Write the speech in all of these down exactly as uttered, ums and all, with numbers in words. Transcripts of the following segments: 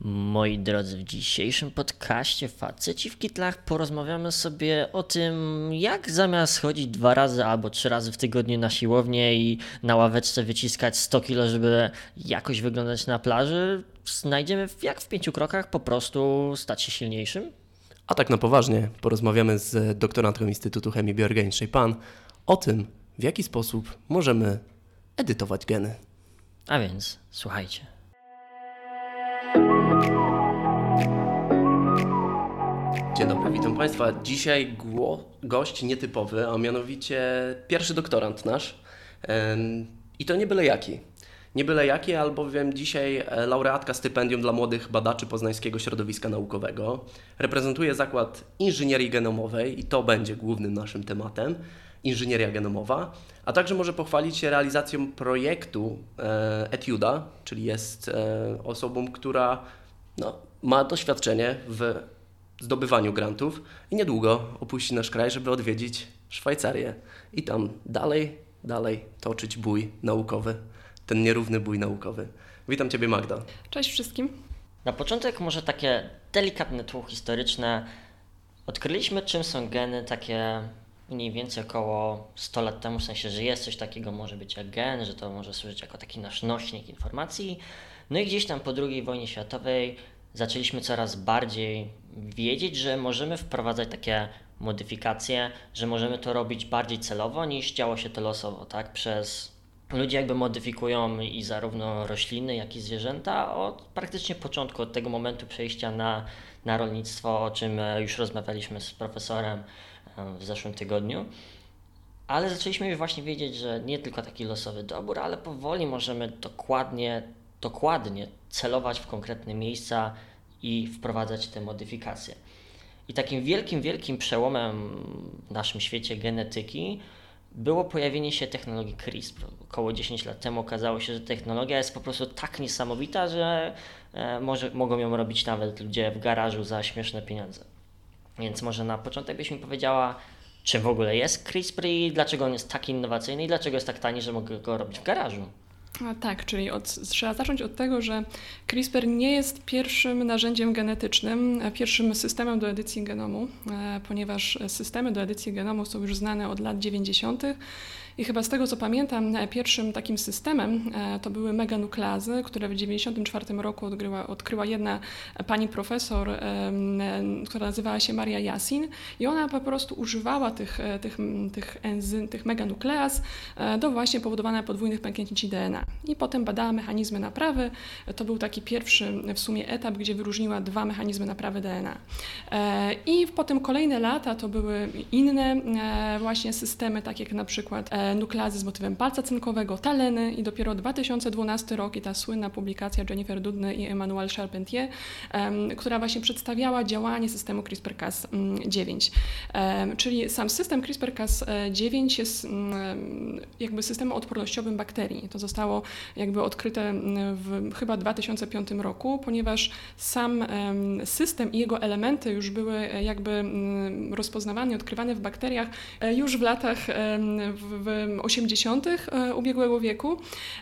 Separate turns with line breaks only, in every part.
Moi drodzy, w dzisiejszym podcaście Faceci w Kitlach porozmawiamy sobie o tym, jak zamiast chodzić dwa razy albo trzy razy w tygodniu na siłownię i na ławeczce wyciskać sto kilo, żeby jakoś wyglądać na plaży, znajdziemy jak w pięciu krokach po prostu stać się silniejszym.
A tak na poważnie porozmawiamy z doktorantką Instytutu Chemii Bioorganicznej PAN o tym, w jaki sposób możemy edytować geny.
A więc słuchajcie.
Dzień dobry, witam Państwa. Dzisiaj gło- gość nietypowy, a mianowicie pierwszy doktorant nasz. Ym, I to nie byle jaki. Nie byle jaki, albowiem dzisiaj laureatka stypendium dla młodych badaczy Poznańskiego Środowiska Naukowego. Reprezentuje Zakład Inżynierii Genomowej i to będzie głównym naszym tematem. Inżynieria genomowa, a także może pochwalić się realizacją projektu e, Etiuda, czyli jest e, osobą, która no, ma doświadczenie w zdobywaniu grantów i niedługo opuści nasz kraj, żeby odwiedzić Szwajcarię i tam dalej, dalej toczyć bój naukowy, ten nierówny bój naukowy. Witam Ciebie, Magda.
Cześć wszystkim.
Na początek może takie delikatne tło historyczne. Odkryliśmy, czym są geny, takie mniej więcej około sto lat temu, w sensie, że jest coś takiego, może być jak gen, że to może służyć jako taki nasz nośnik informacji. No i gdzieś tam po drugiej wojnie światowej zaczęliśmy coraz bardziej wiedzieć, że możemy wprowadzać takie modyfikacje, że możemy to robić bardziej celowo niż działo się to losowo, tak? Przez ludzie jakby modyfikują i zarówno rośliny, jak i zwierzęta od praktycznie początku, od tego momentu przejścia na, na rolnictwo, o czym już rozmawialiśmy z profesorem w zeszłym tygodniu. Ale zaczęliśmy już właśnie wiedzieć, że nie tylko taki losowy dobór, ale powoli możemy dokładnie, dokładnie celować w konkretne miejsca i wprowadzać te modyfikacje. I takim wielkim, wielkim przełomem w naszym świecie genetyki było pojawienie się technologii CRISPR. Około dziesięć lat temu okazało się, że technologia jest po prostu tak niesamowita, że e, może, mogą ją robić nawet ludzie w garażu za śmieszne pieniądze. Więc może na początek byś mi powiedziała, czym w ogóle jest CRISPR i dlaczego on jest tak innowacyjny i dlaczego jest tak tani, że mogę go robić w garażu.
A tak, czyli od, trzeba zacząć od tego, że CRISPR nie jest pierwszym narzędziem genetycznym, pierwszym systemem do edycji genomu, e, ponieważ systemy do edycji genomu są już znane od lat dziewięćdziesiątych. I chyba z tego, co pamiętam, pierwszym takim systemem to były meganukleazy, które w dziewięćdziesiątym czwartym roku odkryła, odkryła jedna pani profesor, która nazywała się Maria Yassin i ona po prostu używała tych, tych, tych, enzym, tych meganukleaz do właśnie powodowania podwójnych pęknięć D N A. I potem badała mechanizmy naprawy. To był taki pierwszy w sumie etap, gdzie wyróżniła dwa mechanizmy naprawy D N A. I potem kolejne lata to były inne właśnie systemy, takie jak na przykład nukleazy z motywem palca cynkowego, taleny i dopiero dwa tysiące dwunasty rok i ta słynna publikacja Jennifer Doudny i Emmanuel Charpentier, um, która właśnie przedstawiała działanie systemu CRISPR Cas dziewięć. Um, czyli sam system CRISPR Cas dziewięć jest um, jakby systemem odpornościowym bakterii. To zostało jakby odkryte w chyba dwa tysiące piątym roku, ponieważ sam um, system i jego elementy już były jakby um, rozpoznawane i odkrywane w bakteriach już w latach um, w, w osiemdziesiątych ubiegłego wieku,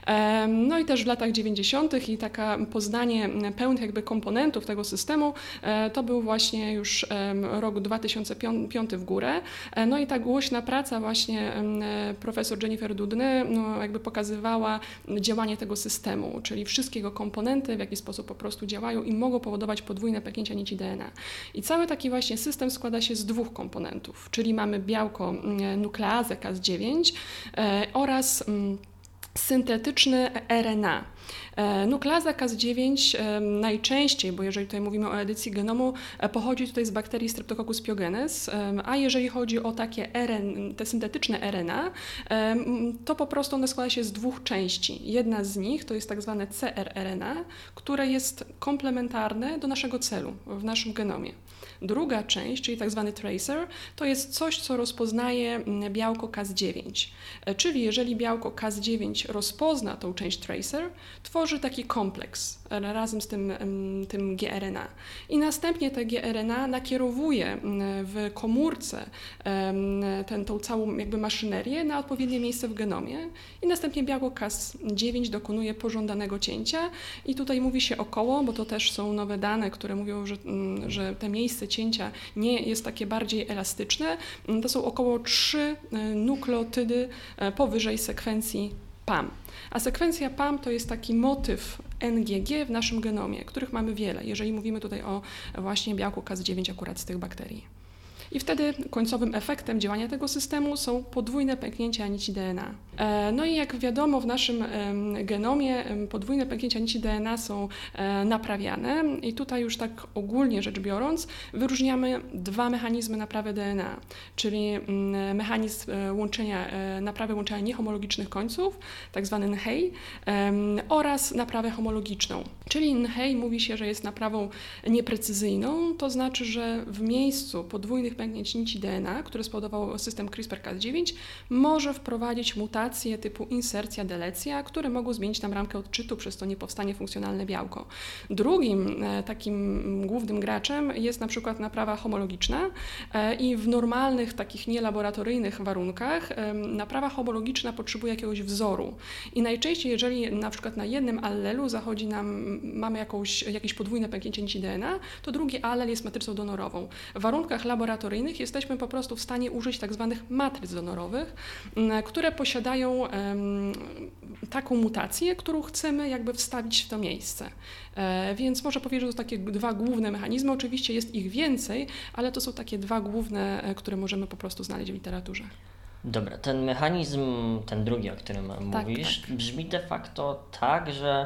no i też w latach dziewięćdziesiątych i taka poznanie pełnych jakby komponentów tego systemu to był właśnie już rok dwa tysiące piąty w górę, no i ta głośna praca właśnie profesor Jennifer Doudny no jakby pokazywała działanie tego systemu, czyli wszystkie jego komponenty, w jaki sposób po prostu działają i mogą powodować podwójne pęknięcia nici D N A. I cały taki właśnie system składa się z dwóch komponentów, czyli mamy białko nukleazę Cas dziewięć e, oraz mm, syntetyczny R N A. Nukleaza Cas dziewięć najczęściej, bo jeżeli tutaj mówimy o edycji genomu, pochodzi tutaj z bakterii Streptococcus pyogenes, a jeżeli chodzi o takie R N, te syntetyczne R N A, to po prostu one składa się z dwóch części. Jedna z nich to jest tak zwane C R R N A, które jest komplementarne do naszego celu w naszym genomie. Druga część, czyli tak zwany tracer, to jest coś, co rozpoznaje białko Cas dziewięć. Czyli jeżeli białko Cas dziewięć rozpozna tą część tracer, tworzy tworzy taki kompleks razem z tym, tym G R N A. I następnie te G R N A nakierowuje w komórce ten, tą całą jakby maszynerię na odpowiednie miejsce w genomie i następnie białko K A S dziewięć dokonuje pożądanego cięcia i tutaj mówi się około, bo to też są nowe dane, które mówią, że, że te miejsce cięcia nie jest takie bardziej elastyczne. To są około trzy nukleotydy powyżej sekwencji P A M. A sekwencja P A M to jest taki motyw N G G w naszym genomie, których mamy wiele, jeżeli mówimy tutaj o właśnie białku K A S dziewięć akurat z tych bakterii. I wtedy końcowym efektem działania tego systemu są podwójne pęknięcia nici D N A. No i jak wiadomo, w naszym genomie podwójne pęknięcia nici D N A są naprawiane i tutaj już tak ogólnie rzecz biorąc wyróżniamy dwa mechanizmy naprawy D N A, czyli mechanizm łączenia, naprawy łączenia niehomologicznych końców, tak zwany N H E I, oraz naprawę homologiczną. Czyli N H E I mówi się, że jest naprawą nieprecyzyjną, to znaczy, że w miejscu podwójnych pęknięć nici D N A, które spowodował system CRISPR Cas dziewięć, może wprowadzić mutacje typu insercja, delecja, które mogą zmienić nam ramkę odczytu, przez to nie powstanie funkcjonalne białko. Drugim e, takim głównym graczem jest na przykład naprawa homologiczna e, i w normalnych, takich nielaboratoryjnych warunkach e, naprawa homologiczna potrzebuje jakiegoś wzoru. I najczęściej, jeżeli na przykład na jednym allelu zachodzi nam, mamy jakąś, jakieś podwójne pęknięcie nici D N A, to drugi allel jest matrycą donorową. W warunkach laboratoryjnych jesteśmy po prostu w stanie użyć tak zwanych matryc donorowych, które posiadają um, taką mutację, którą chcemy jakby wstawić w to miejsce. E, więc można powiedzieć, że to są takie dwa główne mechanizmy. Oczywiście jest ich więcej, ale to są takie dwa główne, które możemy po prostu znaleźć w literaturze.
Dobra, ten mechanizm, ten drugi, o którym
tak,
mówisz,
tak.
brzmi de facto tak, że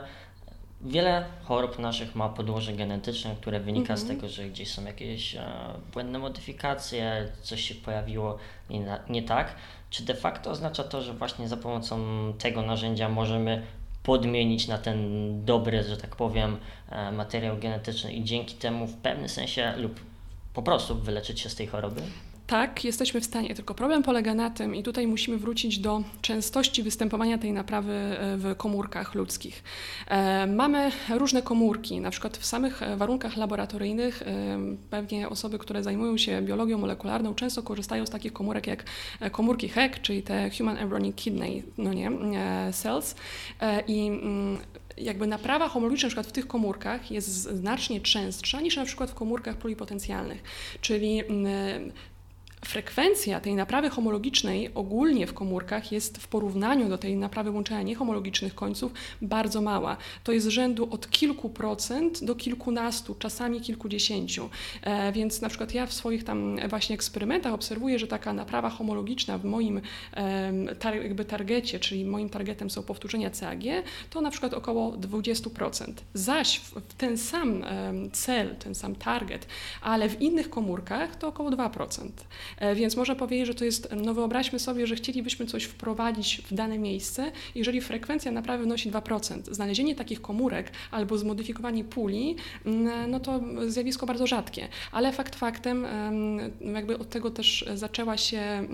wiele chorób naszych ma podłoże genetyczne, które wynika mm-hmm. z tego, że gdzieś są jakieś e, błędne modyfikacje, coś się pojawiło nie, na, nie tak. Czy de facto oznacza to, że właśnie za pomocą tego narzędzia możemy podmienić na ten dobry, że tak powiem, e, materiał genetyczny i dzięki temu w pewnym sensie lub po prostu wyleczyć się z tej choroby?
Tak, jesteśmy w stanie, tylko problem polega na tym i tutaj musimy wrócić do częstości występowania tej naprawy w komórkach ludzkich. E, mamy różne komórki, na przykład w samych warunkach laboratoryjnych e, pewnie osoby, które zajmują się biologią molekularną często korzystają z takich komórek jak komórki H E K, czyli te Human Embryonic Kidney no nie, e, cells e, i mm, jakby naprawa homologiczna na przykład w tych komórkach jest znacznie częstsza niż na przykład w komórkach pluripotencjalnych, czyli mm, frekwencja tej naprawy homologicznej ogólnie w komórkach jest w porównaniu do tej naprawy łączenia niehomologicznych końców bardzo mała. To jest z rzędu od kilku procent do kilkunastu, czasami kilkudziesięciu. E, więc na przykład ja w swoich tam właśnie eksperymentach obserwuję, że taka naprawa homologiczna w moim e, tar- jakby targecie, czyli moim targetem są powtórzenia C A G, to na przykład około dwadzieścia procent. Zaś w, w ten sam e, cel, ten sam target, ale w innych komórkach to około dwa procent. Więc można powiedzieć, że to jest, no wyobraźmy sobie, że chcielibyśmy coś wprowadzić w dane miejsce, jeżeli frekwencja naprawy wynosi dwa procent. Znalezienie takich komórek albo zmodyfikowanie puli, no to zjawisko bardzo rzadkie. Ale fakt faktem, jakby od tego też zaczęła się,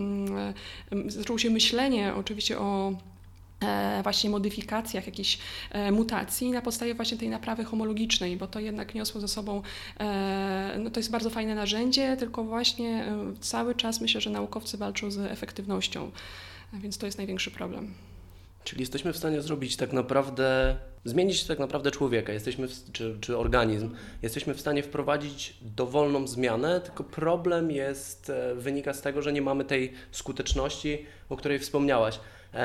zaczęło się myślenie oczywiście o właśnie modyfikacjach, jakichś mutacji na podstawie właśnie tej naprawy homologicznej, bo to jednak niosło ze sobą, no to jest bardzo fajne narzędzie, tylko właśnie cały czas myślę, że naukowcy walczą z efektywnością, więc to jest największy problem.
Czyli jesteśmy w stanie zrobić tak naprawdę, zmienić tak naprawdę człowieka, jesteśmy w, czy, czy organizm, jesteśmy w stanie wprowadzić dowolną zmianę, tylko problem jest, wynika z tego, że nie mamy tej skuteczności, o której wspomniałaś.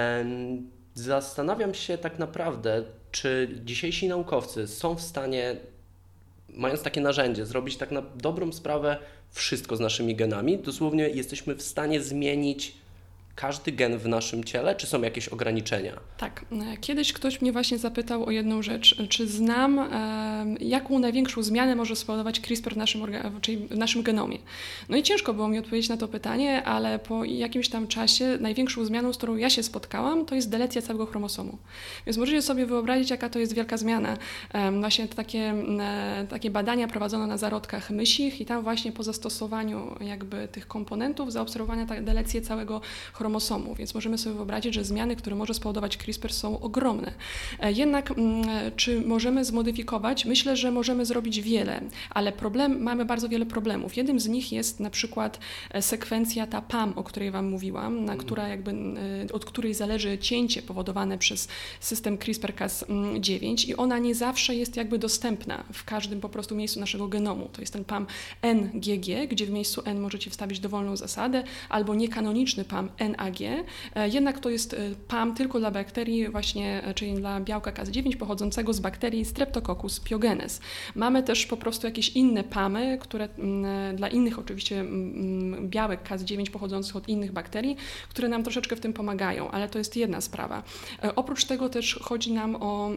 Zastanawiam się tak naprawdę, czy dzisiejsi naukowcy są w stanie, mając takie narzędzie, zrobić tak na dobrą sprawę wszystko z naszymi genami. Dosłownie jesteśmy w stanie zmienić każdy gen w naszym ciele, czy są jakieś ograniczenia?
Tak. Kiedyś ktoś mnie właśnie zapytał o jedną rzecz. Czy znam, e, jaką największą zmianę może spowodować CRISPR w naszym, orga- czyli w naszym genomie? No i ciężko było mi odpowiedzieć na to pytanie, ale po jakimś tam czasie największą zmianą, z którą ja się spotkałam, to jest delecja całego chromosomu. Więc możecie sobie wyobrazić, jaka to jest wielka zmiana. E, właśnie takie, e, takie badania prowadzono na zarodkach mysich i tam właśnie po zastosowaniu jakby tych komponentów zaobserwowano delecję całego chromosomu chromosomu, więc możemy sobie wyobrazić, że zmiany, które może spowodować CRISPR, są ogromne. Jednak czy możemy zmodyfikować? Myślę, że możemy zrobić wiele, ale problem, mamy bardzo wiele problemów. Jednym z nich jest na przykład sekwencja ta P A M, o której Wam mówiłam, na która jakby, od której zależy cięcie powodowane przez system CRISPR Cas dziewięć i ona nie zawsze jest jakby dostępna w każdym po prostu miejscu naszego genomu. To jest ten P A M N G G, gdzie w miejscu N możecie wstawić dowolną zasadę, albo niekanoniczny P A M N A G. Jednak to jest P A M tylko dla bakterii właśnie, czyli dla białka Cas dziewięć pochodzącego z bakterii Streptococcus pyogenes. Mamy też po prostu jakieś inne P A M y, które dla innych oczywiście białek Cas dziewięć pochodzących od innych bakterii, które nam troszeczkę w tym pomagają, ale to jest jedna sprawa. Oprócz tego też chodzi nam o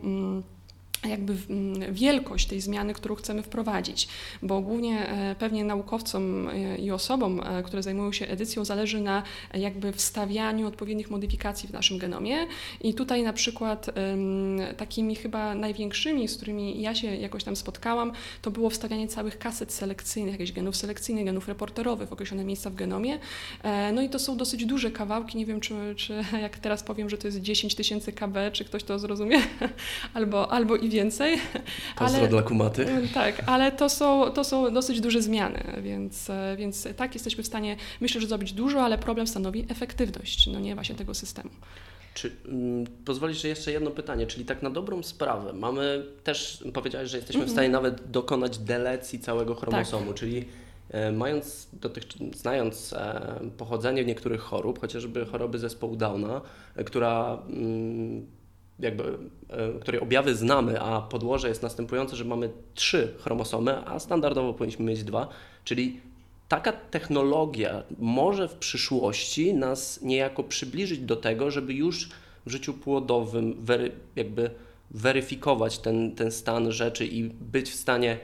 jakby wielkość tej zmiany, którą chcemy wprowadzić, bo głównie pewnie naukowcom i osobom, które zajmują się edycją, zależy na jakby wstawianiu odpowiednich modyfikacji w naszym genomie i tutaj na przykład takimi chyba największymi, z którymi ja się jakoś tam spotkałam, to było wstawianie całych kaset selekcyjnych, jakichś genów selekcyjnych, genów reporterowych w określone miejsca w genomie. No i to są dosyć duże kawałki, nie wiem czy, czy jak teraz powiem, że to jest dziesięć tysięcy K B, czy ktoś to zrozumie, albo, albo i więcej.
Pozdro
ale,
dla kumaty.
Tak, ale to są, to są dosyć duże zmiany, więc, więc tak, jesteśmy w stanie, myślę, że zrobić dużo, ale problem stanowi efektywność, no nie właśnie tego systemu.
Czy mm, pozwolisz, że jeszcze jedno pytanie, czyli tak na dobrą sprawę, mamy też, powiedziałeś, że jesteśmy mm-hmm. w stanie nawet dokonać delecji całego chromosomu, tak. czyli e, mając, dotych, znając e, pochodzenie niektórych chorób, chociażby choroby zespołu Downa, e, która mm, jakby, e, której objawy znamy, a podłoże jest następujące, że mamy trzy chromosomy, a standardowo powinniśmy mieć dwa, czyli taka technologia może w przyszłości nas niejako przybliżyć do tego, żeby już w życiu płodowym wery, jakby weryfikować ten, ten stan rzeczy i być w stanie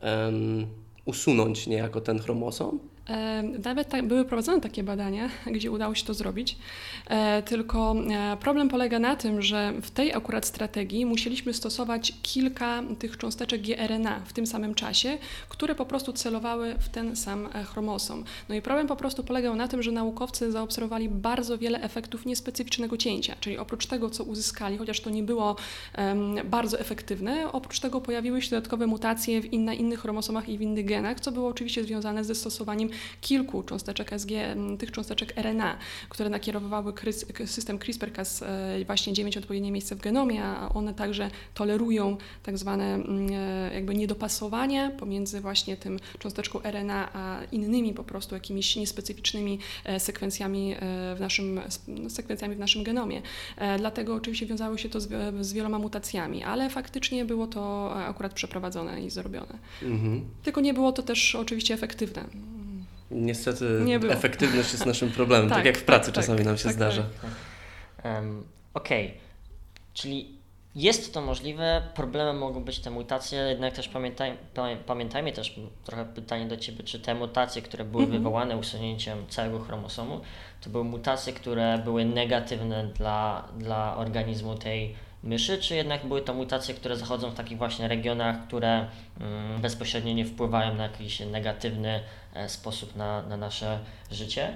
um, usunąć niejako ten chromosom?
Nawet tak, były prowadzone takie badania, gdzie udało się to zrobić, e, tylko problem polega na tym, że w tej akurat strategii musieliśmy stosować kilka tych cząsteczek G R N A w tym samym czasie, które po prostu celowały w ten sam chromosom. No i problem po prostu polegał na tym, że naukowcy zaobserwowali bardzo wiele efektów niespecyficznego cięcia, czyli oprócz tego, co uzyskali, chociaż to nie było um, bardzo efektywne, oprócz tego pojawiły się dodatkowe mutacje w inna, innych chromosomach i w innych genach, co było oczywiście związane ze stosowaniem kilku cząsteczek S G, tych cząsteczek R N A, które nakierowywały system CRISPR Cas właśnie dziewięć odpowiednie miejsce w genomie, a one także tolerują tak zwane jakby niedopasowania pomiędzy właśnie tym cząsteczką R N A a innymi po prostu jakimiś niespecyficznymi sekwencjami w naszym, sekwencjami w naszym genomie. Dlatego oczywiście wiązało się to z, z wieloma mutacjami, ale faktycznie było to akurat przeprowadzone i zrobione. Mhm. Tylko nie było to też oczywiście efektywne.
Niestety efektywność jest naszym problemem, tak, tak jak w pracy tak, czasami tak, nam się tak, zdarza.
Tak. Um, Okej, okay. Czyli jest to możliwe, problemem mogą być te mutacje, jednak też pamiętaj, pamiętajmy też, trochę pytanie do Ciebie, czy te mutacje, które były mm-hmm. wywołane usunięciem całego chromosomu, to były mutacje, które były negatywne dla, dla organizmu tej myszy, czy jednak były to mutacje, które zachodzą w takich właśnie regionach, które mm, bezpośrednio nie wpływają na jakiś negatywny e, sposób na, na nasze życie?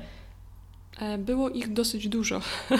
Było ich dosyć dużo,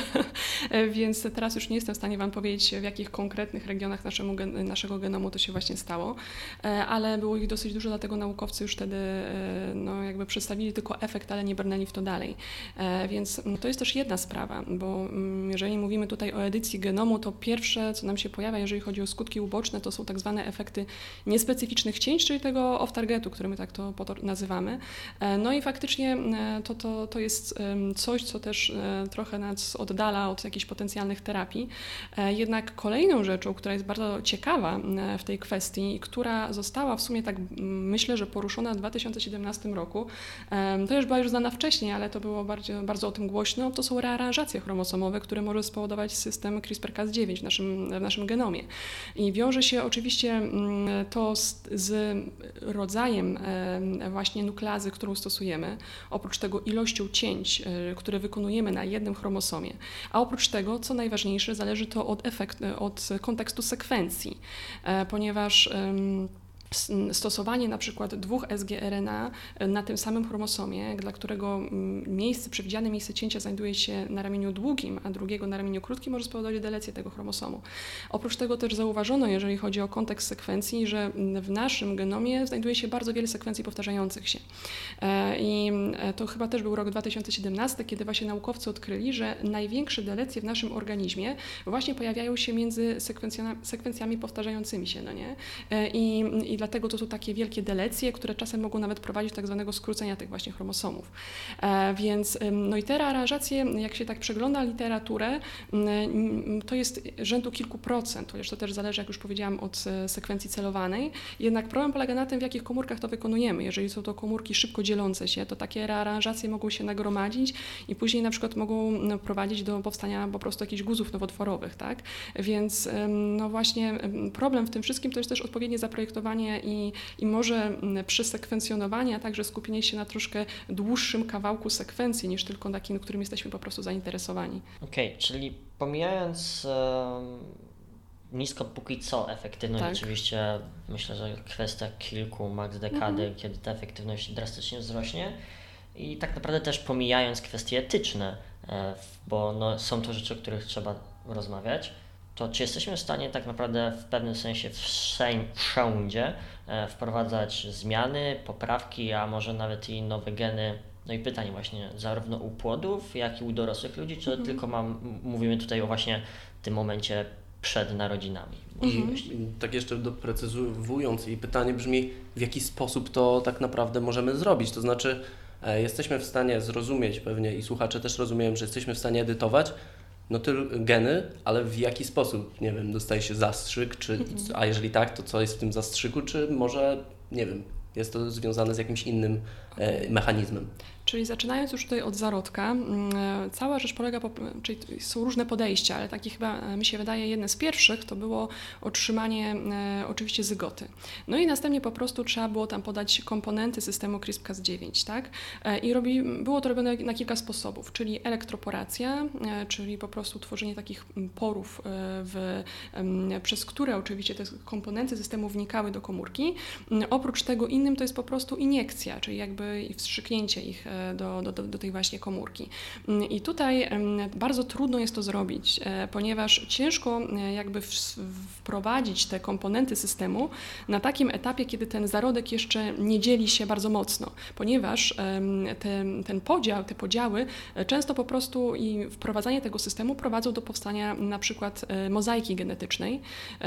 więc teraz już nie jestem w stanie Wam powiedzieć, w jakich konkretnych regionach naszemu, naszego genomu to się właśnie stało, ale było ich dosyć dużo, dlatego naukowcy już wtedy no, jakby przedstawili tylko efekt, ale nie brnęli w to dalej. Więc to jest też jedna sprawa, bo jeżeli mówimy tutaj o edycji genomu, to pierwsze, co nam się pojawia, jeżeli chodzi o skutki uboczne, to są tak zwane efekty niespecyficznych cięć, czyli tego off-targetu, który my tak to nazywamy. No i faktycznie to, to, to jest coś, co też e, trochę nas oddala od jakichś potencjalnych terapii. E, jednak kolejną rzeczą, która jest bardzo ciekawa e, w tej kwestii, która została w sumie tak myślę, że poruszona w dwa tysiące siedemnastym roku, e, to już była już znana wcześniej, ale to było bardzo, bardzo o tym głośno, to są rearanżacje chromosomowe, które może spowodować system CRISPR Cas dziewięć w naszym, w naszym genomie. I wiąże się oczywiście m, to z, z rodzajem e, właśnie nukleazy, którą stosujemy, oprócz tego ilością cięć, e, które wykonujemy na jednym chromosomie. A oprócz tego, co najważniejsze, zależy to od, efekt, od kontekstu sekwencji, ponieważ stosowanie na przykład dwóch S G R N A na tym samym chromosomie, dla którego miejsce, przewidziane miejsce cięcia znajduje się na ramieniu długim, a drugiego na ramieniu krótkim, może spowodować delecję tego chromosomu. Oprócz tego też zauważono, jeżeli chodzi o kontekst sekwencji, że w naszym genomie znajduje się bardzo wiele sekwencji powtarzających się. I to chyba też był rok dwa tysiące siedemnasty, kiedy właśnie naukowcy odkryli, że największe delecje w naszym organizmie właśnie pojawiają się między sekwencjami powtarzającymi się, no nie? I, i dlatego to są takie wielkie delecje, które czasem mogą nawet prowadzić do tak zwanego skrócenia tych właśnie chromosomów. E, więc no i te rearanżacje, jak się tak przegląda literaturę, to jest rzędu kilku procent, chociaż to też zależy, jak już powiedziałam, od sekwencji celowanej. Jednak problem polega na tym, w jakich komórkach to wykonujemy. Jeżeli są to komórki szybko dzielące się, to takie rearanżacje mogą się nagromadzić i później na przykład mogą prowadzić do powstania po prostu jakichś guzów nowotworowych, tak? Więc no właśnie problem w tym wszystkim to jest też odpowiednie zaprojektowanie i, i może przesekwencjonowanie, a także skupienie się na troszkę dłuższym kawałku sekwencji niż tylko takim, którym jesteśmy po prostu zainteresowani.
Okej, okay, czyli pomijając um, nisko póki co efektywność, tak. Oczywiście myślę, że kwestia kilku, maks dekady, mhm. kiedy ta efektywność drastycznie wzrośnie i tak naprawdę też pomijając kwestie etyczne, bo no, są to rzeczy, o których trzeba rozmawiać, to czy jesteśmy w stanie tak naprawdę w pewnym sensie wszędzie wprowadzać zmiany, poprawki, a może nawet i nowe geny? No i pytanie właśnie zarówno u płodów, jak i u dorosłych ludzi, czy mhm. tylko mam, mówimy tutaj o właśnie tym momencie przed narodzinami?
Mhm. Tak jeszcze doprecyzowując, i pytanie brzmi, w jaki sposób to tak naprawdę możemy zrobić? To znaczy e, jesteśmy w stanie zrozumieć pewnie i słuchacze też rozumieją, że jesteśmy w stanie edytować no tyl geny, ale w jaki sposób? Nie wiem, dostaje się zastrzyk, czy, mhm. a jeżeli tak, to co jest w tym zastrzyku, czy może, nie wiem, jest to związane z jakimś innym e, mechanizmem?
Czyli zaczynając już tutaj od zarodka, cała rzecz polega, po, czyli są różne podejścia, ale takie chyba mi się wydaje jedne z pierwszych to było otrzymanie e, oczywiście zygoty. No i następnie po prostu trzeba było tam podać komponenty systemu CRISPR Cas dziewięć, tak? E, I robi, było to robione na kilka sposobów, czyli elektroporacja, e, czyli po prostu tworzenie takich porów, e, w, e, przez które oczywiście te komponenty systemu wnikały do komórki. E, oprócz tego innym to jest po prostu iniekcja, czyli jakby wstrzyknięcie ich Do, do, do tej właśnie komórki. I tutaj bardzo trudno jest to zrobić, ponieważ ciężko jakby wprowadzić te komponenty systemu na takim etapie, kiedy ten zarodek jeszcze nie dzieli się bardzo mocno, ponieważ ten, ten podział, te podziały często po prostu i wprowadzanie tego systemu prowadzą do powstania na przykład mozaiki genetycznej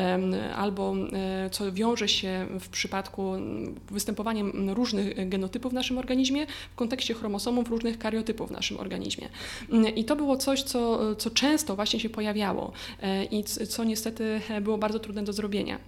albo co wiąże się w przypadku występowaniem różnych genotypów w naszym organizmie w kontekście chromosomów różnych kariotypów w naszym organizmie. I to było coś, co, co często właśnie się pojawiało i co niestety było bardzo trudne do zrobienia.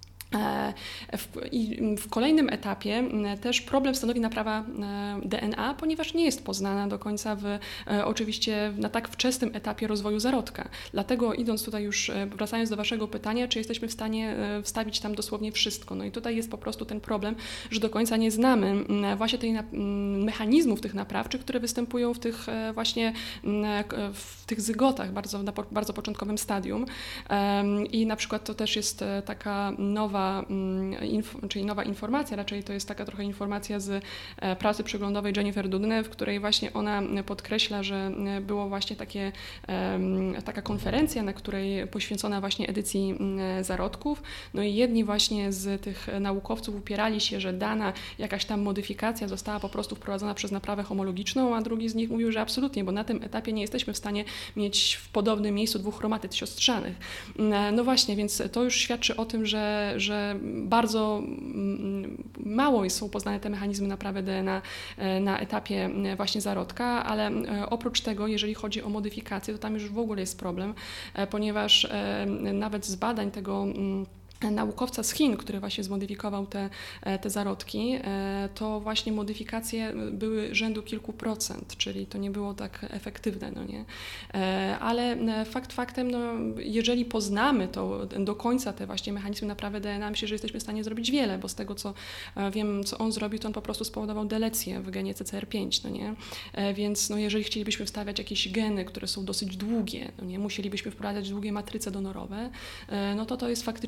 W, I w kolejnym etapie też problem stanowi naprawa D N A, ponieważ nie jest poznana do końca w, oczywiście na tak wczesnym etapie rozwoju zarodka. Dlatego idąc tutaj już, wracając do Waszego pytania, czy jesteśmy w stanie wstawić tam dosłownie wszystko. No i tutaj jest po prostu ten problem, że do końca nie znamy właśnie tych mechanizmów tych naprawczych, które występują w tych właśnie w tych zygotach bardzo, na bardzo początkowym stadium. I na przykład to też jest taka nowa Inf, czyli nowa informacja, raczej to jest taka trochę informacja z pracy przeglądowej Jennifer Doudna, w której właśnie ona podkreśla, że było właśnie takie, taka konferencja, na której poświęcona właśnie edycji zarodków. No i jedni właśnie z tych naukowców upierali się, że dana jakaś tam modyfikacja została po prostu wprowadzona przez naprawę homologiczną, a drugi z nich mówił, że absolutnie, bo na tym etapie nie jesteśmy w stanie mieć w podobnym miejscu dwóch chromatyd siostrzanych. No właśnie, więc to już świadczy o tym, że, że bardzo mało są poznane te mechanizmy naprawy D N A na etapie właśnie zarodka, ale oprócz tego, jeżeli chodzi o modyfikację, to tam już w ogóle jest problem, ponieważ nawet z badań tego naukowca z Chin, który właśnie zmodyfikował te, te zarodki, to właśnie modyfikacje były rzędu kilku procent, czyli to nie było tak efektywne, no nie? Ale fakt faktem, no, jeżeli poznamy to do końca te właśnie mechanizmy naprawy D N A, myślę, że jesteśmy w stanie zrobić wiele, bo z tego, co wiem, co on zrobił, to on po prostu spowodował delecję w genie C C R pięć, no nie? Więc no, jeżeli chcielibyśmy wstawiać jakieś geny, które są dosyć długie, no nie? Musielibyśmy wprowadzać długie matryce donorowe, no to to jest faktycznie jeszcze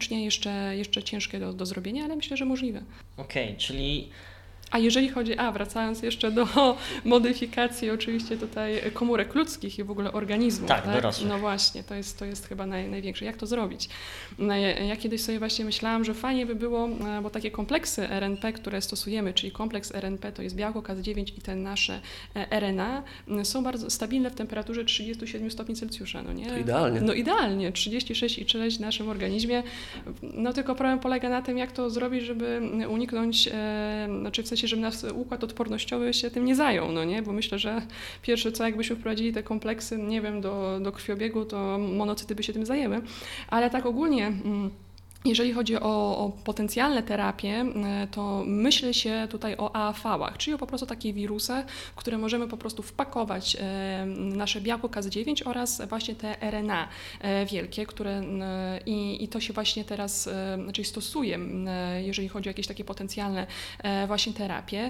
jeszcze, jeszcze ciężkie do, do zrobienia, ale myślę, że możliwe.
Okej, okay, czyli...
A jeżeli chodzi, a wracając jeszcze do modyfikacji oczywiście tutaj komórek ludzkich i w ogóle organizmów.
Tak,
tak?
dorosłych.
No właśnie, to jest, to jest chyba naj, największe. Jak to zrobić? No, ja kiedyś sobie właśnie myślałam, że fajnie by było, bo takie kompleksy R N P, które stosujemy, czyli kompleks R N P to jest białko Cas dziewięć i te nasze R N A, są bardzo stabilne w temperaturze trzydzieści siedem stopni Celsjusza. No nie?
To idealnie.
No idealnie, trzydzieści sześć i sześć w naszym organizmie. No tylko problem polega na tym, jak to zrobić, żeby uniknąć, e, znaczy w sensie, żeby nasz układ odpornościowy się tym nie zajął, no nie? Bo myślę, że pierwsze co, jakbyśmy wprowadzili te kompleksy, nie wiem, do, do krwiobiegu, to monocyty by się tym zajęły, ale tak ogólnie... Mm, jeżeli chodzi o, o potencjalne terapie, to myśli się tutaj o A A V-ach, czyli o po prostu takich wirusach, w które możemy po prostu wpakować nasze białko Cas dziewięć oraz właśnie te R N A wielkie, które i, i to się właśnie teraz znaczy stosuje, jeżeli chodzi o jakieś takie potencjalne właśnie terapie.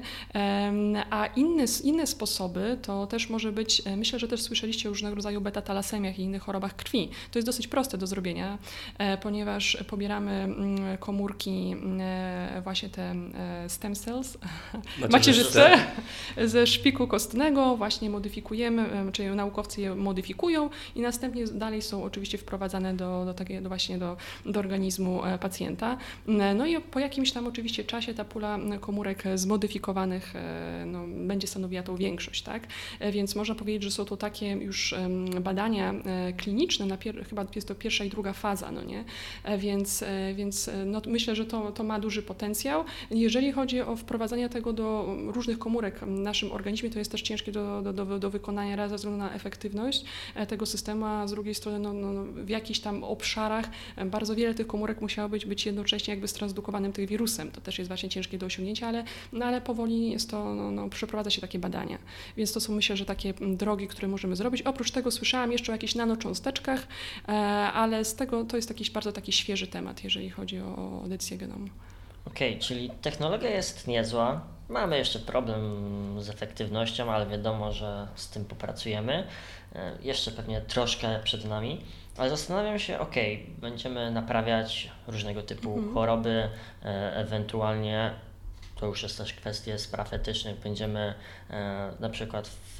A inne, inne sposoby to też może być, myślę, że też słyszeliście o różnego rodzaju beta-talasemiach i innych chorobach krwi. To jest dosyć proste do zrobienia, ponieważ pobieramy komórki, właśnie te stem cells, macierzyce ze szpiku kostnego, właśnie modyfikujemy, czyli naukowcy je modyfikują i następnie dalej są oczywiście wprowadzane do, do, takiego, do właśnie do, do organizmu pacjenta. No i po jakimś tam oczywiście czasie ta pula komórek zmodyfikowanych no, będzie stanowiła tą większość, tak? Więc można powiedzieć, że są to takie już badania kliniczne, na pier- chyba jest to pierwsza i druga faza, no nie? Więc Więc no, myślę, że to, to ma duży potencjał. Jeżeli chodzi o wprowadzanie tego do różnych komórek w naszym organizmie, to jest też ciężkie do, do, do, do wykonania raz ze względu na efektywność tego systemu, a z drugiej strony no, no, w jakichś tam obszarach bardzo wiele tych komórek musiało być, być jednocześnie jakby stransdukowanym tym wirusem. To też jest właśnie ciężkie do osiągnięcia, ale, no, ale powoli jest to, no, no, przeprowadza się takie badania. Więc to są myślę, że takie drogi, które możemy zrobić. Oprócz tego słyszałam jeszcze o jakichś nanocząsteczkach, ale z tego to jest jakiś bardzo taki świeży temat, jeżeli chodzi o edycję genomu.
Okej, okay, czyli technologia jest niezła. Mamy jeszcze problem z efektywnością, ale wiadomo, że z tym popracujemy. Jeszcze pewnie troszkę przed nami, ale zastanawiam się, okej, okay, będziemy naprawiać różnego typu mm-hmm. choroby, ewentualnie to już jest też kwestia spraw etycznych, będziemy na przykład w,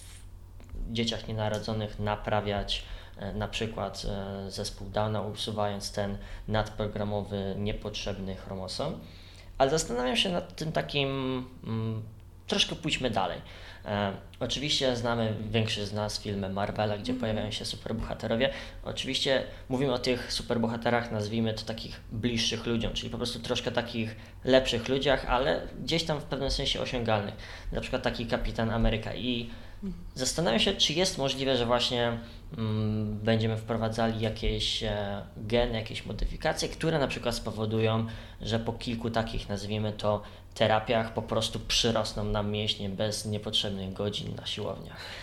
w dzieciach nienarodzonych naprawiać na przykład zespół Downa, usuwając ten nadprogramowy, niepotrzebny chromosom. Ale zastanawiam się nad tym takim, mm, troszkę pójdźmy dalej. E, oczywiście znamy większość z nas filmy Marvela, gdzie mm. pojawiają się superbohaterowie. Oczywiście mówimy o tych superbohaterach, nazwijmy to takich bliższych ludziom, czyli po prostu troszkę takich lepszych ludziach, ale gdzieś tam w pewnym sensie osiągalnych. Na przykład taki Kapitan Ameryka. I zastanawiam się, czy jest możliwe, że właśnie mm, będziemy wprowadzali jakieś e, geny, jakieś modyfikacje, które na przykład spowodują, że po kilku takich, nazwijmy to, terapiach po prostu przyrosną nam mięśnie bez niepotrzebnych godzin na siłowniach.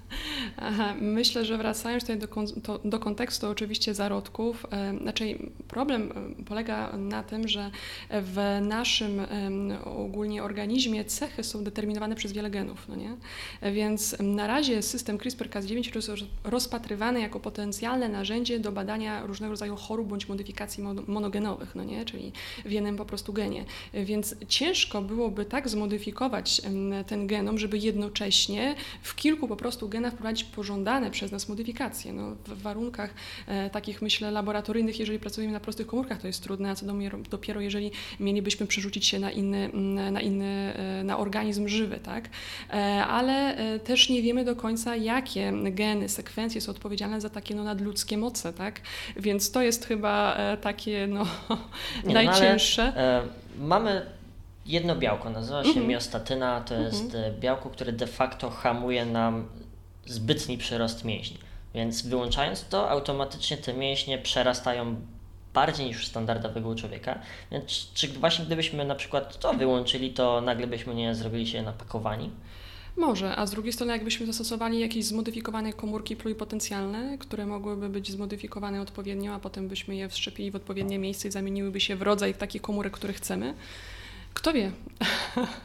Aha, myślę, że wracając tutaj do, to, do kontekstu oczywiście zarodków, e, znaczy problem polega na tym, że w naszym e, ogólnie organizmie cechy są determinowane przez wiele genów, no nie? Więc na razie system CRISPR Cas dziewięć jest rozpatrywany jako potencjalne narzędzie do badania różnego rodzaju chorób bądź modyfikacji monogenowych, no nie? Czyli w jednym po prostu genie. Więc ciężko byłoby tak zmodyfikować ten genom, żeby jednocześnie w kilku po prostu genach wprowadzić pożądane przez nas modyfikacje. No, w warunkach e, takich, myślę, laboratoryjnych, jeżeli pracujemy na prostych komórkach, to jest trudne, a co dopiero, dopiero jeżeli mielibyśmy przerzucić się na inny, na, inny, na organizm żywy, tak? E, ale e, też nie wiemy do końca, jakie geny, sekwencje są odpowiedzialne za takie no, nadludzkie moce, tak? Więc to jest chyba e, takie no,
nie,
najcięższe.
No, ale, e, mamy jedno białko, nazywa się mm-hmm. miostatyna, to mm-hmm. jest białko, które de facto hamuje nam zbytni przyrost mięśni. Więc wyłączając to, automatycznie te mięśnie przerastają bardziej niż u standardowego człowieka. Więc czy właśnie gdybyśmy na przykład to wyłączyli, to nagle byśmy nie zrobili się napakowani?
Może, a z drugiej strony jakbyśmy zastosowali jakieś zmodyfikowane komórki pluripotencjalne, które mogłyby być zmodyfikowane odpowiednio, a potem byśmy je wszczepili w odpowiednie miejsce i zamieniłyby się w rodzaj takich komórek, które chcemy, kto wie?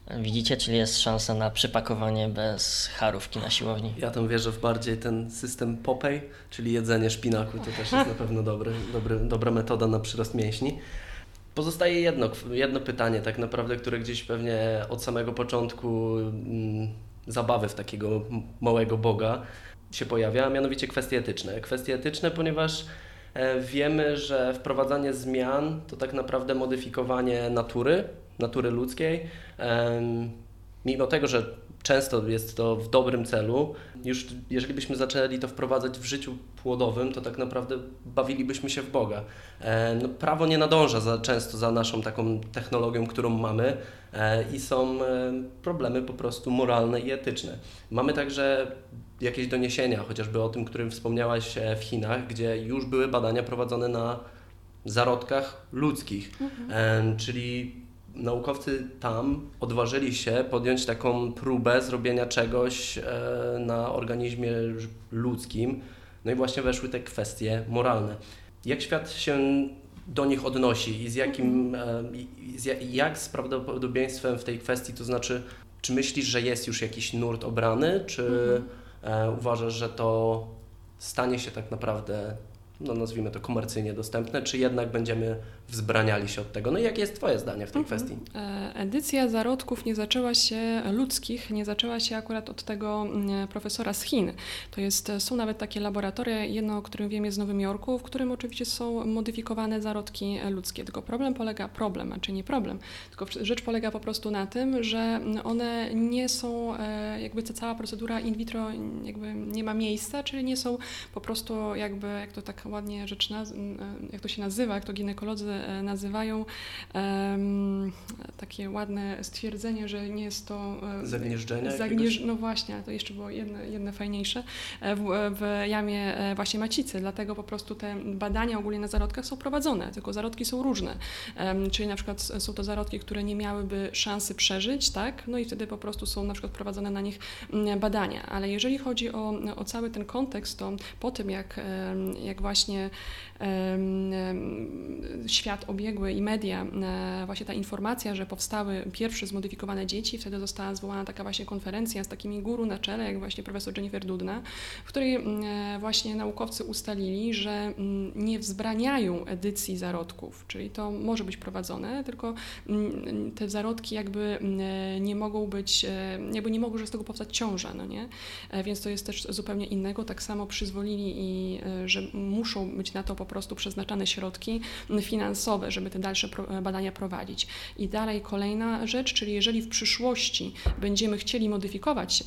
Widzicie, czyli jest szansa na przypakowanie bez charówki na siłowni.
Ja tam wierzę w bardziej ten system Popeye, czyli jedzenie szpinaku. To też jest na pewno dobry, dobry, dobra metoda na przyrost mięśni. Pozostaje jedno, jedno pytanie tak naprawdę, które gdzieś pewnie od samego początku mm, zabawy w takiego małego Boga się pojawia, a mianowicie kwestie etyczne. Kwestie etyczne, ponieważ e, wiemy, że wprowadzanie zmian to tak naprawdę modyfikowanie natury, natury ludzkiej. E, mimo tego, że często jest to w dobrym celu, już jeżeli byśmy zaczęli to wprowadzać w życiu płodowym, to tak naprawdę bawilibyśmy się w Boga. E, no, prawo nie nadąża za, często za naszą taką technologią, którą mamy e, i są e, problemy po prostu moralne i etyczne. Mamy także jakieś doniesienia, chociażby o tym, którym wspomniałaś w Chinach, gdzie już były badania prowadzone na zarodkach ludzkich, mhm. e, czyli naukowcy tam odważyli się podjąć taką próbę zrobienia czegoś e, na organizmie ludzkim, no i właśnie weszły te kwestie moralne. Jak świat się do nich odnosi i z jakim, e, i z, jak z prawdopodobieństwem w tej kwestii, to znaczy, czy myślisz, że jest już jakiś nurt obrany, czy e, uważasz, że to stanie się tak naprawdę, no nazwijmy to komercyjnie dostępne, czy jednak będziemy wzbraniali się od tego? No i jakie jest Twoje zdanie w tej mhm. kwestii?
Edycja zarodków nie zaczęła się, ludzkich, nie zaczęła się akurat od tego profesora z Chin. To jest, są nawet takie laboratoria, jedno, o którym wiem jest w Nowym Jorku, w którym oczywiście są modyfikowane zarodki ludzkie. Tylko problem polega, problem, a czy nie problem, tylko rzecz polega po prostu na tym, że one nie są, jakby ta cała procedura in vitro jakby nie ma miejsca, czyli nie są po prostu jakby, jak to tak ładnie rzecz, naz- jak to się nazywa, jak to ginekolodzy nazywają, um, takie ładne stwierdzenie, że nie jest to...
Zagnieżdżenie?
Zagnież... No właśnie, to jeszcze było jedne, jedne fajniejsze, w, w jamie właśnie macicy, dlatego po prostu te badania ogólnie na zarodkach są prowadzone, tylko zarodki są różne, um, czyli na przykład są to zarodki, które nie miałyby szansy przeżyć, tak, no i wtedy po prostu są na przykład prowadzone na nich badania, ale jeżeli chodzi o, o cały ten kontekst, to po tym jak, jak właśnie um, świat obiegły i media, właśnie ta informacja, że powstały pierwsze zmodyfikowane dzieci, wtedy została zwołana taka właśnie konferencja z takimi guru na czele, jak właśnie profesor Jennifer Doudna, w której właśnie naukowcy ustalili, że nie wzbraniają edycji zarodków, czyli to może być prowadzone, tylko te zarodki jakby nie mogą być, jakby nie mogą, że z tego powstać ciąża, no nie? Więc to jest też zupełnie innego. Tak samo przyzwolili i że muszą być na to po prostu przeznaczane środki finansowe, żeby te dalsze badania prowadzić. I dalej kolejna rzecz, czyli jeżeli w przyszłości będziemy chcieli modyfikować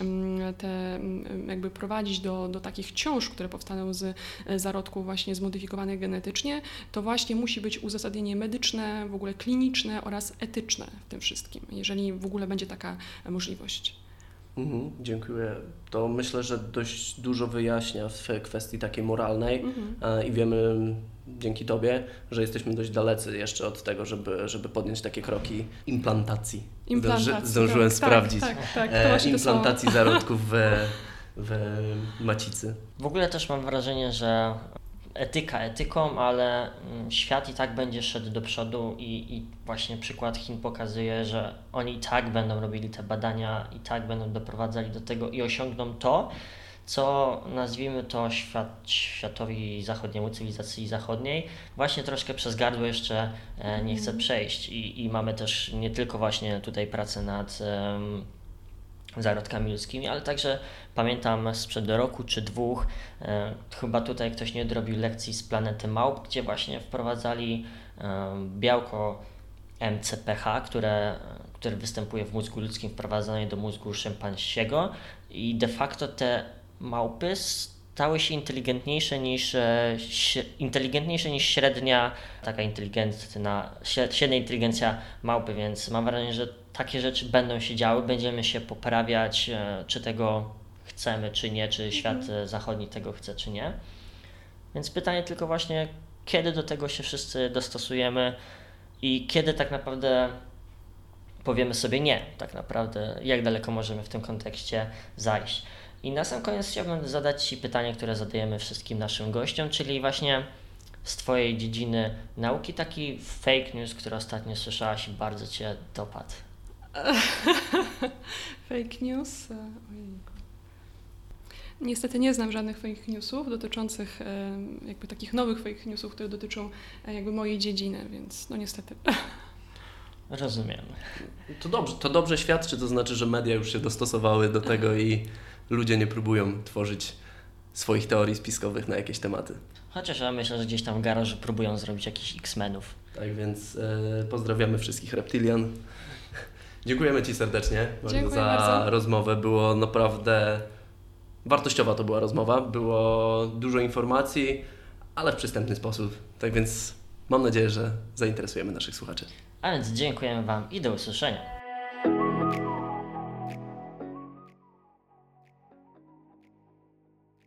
te, jakby prowadzić do, do takich ciąż, które powstaną z zarodków właśnie zmodyfikowanych genetycznie, to właśnie musi być uzasadnienie medyczne, w ogóle kliniczne oraz etyczne w tym wszystkim, jeżeli w ogóle będzie taka możliwość.
Mhm, dziękuję. To myślę, że dość dużo wyjaśnia w kwestii takiej moralnej mhm. i wiemy dzięki Tobie, że jesteśmy dość dalecy jeszcze od tego, żeby, żeby podjąć takie kroki implantacji.
Implantacji,
Zdąży, zdążyłem
tak,
sprawdzić.
Tak, tak, tak. To
implantacji zarodków w, w macicy.
W ogóle też mam wrażenie, że etyka etyką, ale świat i tak będzie szedł do przodu i, i właśnie przykład Chin pokazuje, że oni i tak będą robili te badania, i tak będą doprowadzali do tego i osiągną to, co nazwijmy to świat, światowi zachodniemu, cywilizacji zachodniej, właśnie troszkę przez gardło jeszcze nie chce przejść i, i mamy też nie tylko właśnie tutaj pracę nad um, zarodkami ludzkimi, ale także pamiętam sprzed roku czy dwóch, e, chyba tutaj ktoś nie odrobił lekcji z planety małp, gdzie właśnie wprowadzali e, białko M C P H, które, które występuje w mózgu ludzkim, wprowadzane do mózgu szympansiego i de facto te małpy stały się inteligentniejsze niż, e, inteligentniejsze niż średnia, taka inteligentna, średnia inteligencja małpy, więc mam wrażenie, że takie rzeczy będą się działy, będziemy się poprawiać, czy tego chcemy, czy nie, czy świat mhm. zachodni tego chce, czy nie. Więc pytanie tylko właśnie, kiedy do tego się wszyscy dostosujemy i kiedy tak naprawdę powiemy sobie nie, tak naprawdę, jak daleko możemy w tym kontekście zajść. I na sam koniec chciałbym zadać Ci pytanie, które zadajemy wszystkim naszym gościom, czyli właśnie z Twojej dziedziny nauki taki fake news, który ostatnio słyszałaś i bardzo Cię dopadł.
Fake news? Ojejku. Niestety nie znam żadnych fake newsów dotyczących jakby takich nowych fake newsów, które dotyczą jakby mojej dziedziny, więc no niestety.
Rozumiem.
To dobrze, to dobrze świadczy, to znaczy, że media już się dostosowały do tego i ludzie nie próbują tworzyć swoich teorii spiskowych na jakieś tematy.
Chociaż ja myślę, że gdzieś tam w garażu próbują zrobić jakichś X-Menów.
Tak więc e, pozdrawiamy wszystkich reptilian. Dziękujemy Ci serdecznie bardzo
Dziękuję
za
bardzo.
rozmowę. Było naprawdę wartościowa to była rozmowa. Było dużo informacji, ale w przystępny sposób. Tak więc mam nadzieję, że zainteresujemy naszych słuchaczy.
A więc dziękujemy Wam i do usłyszenia.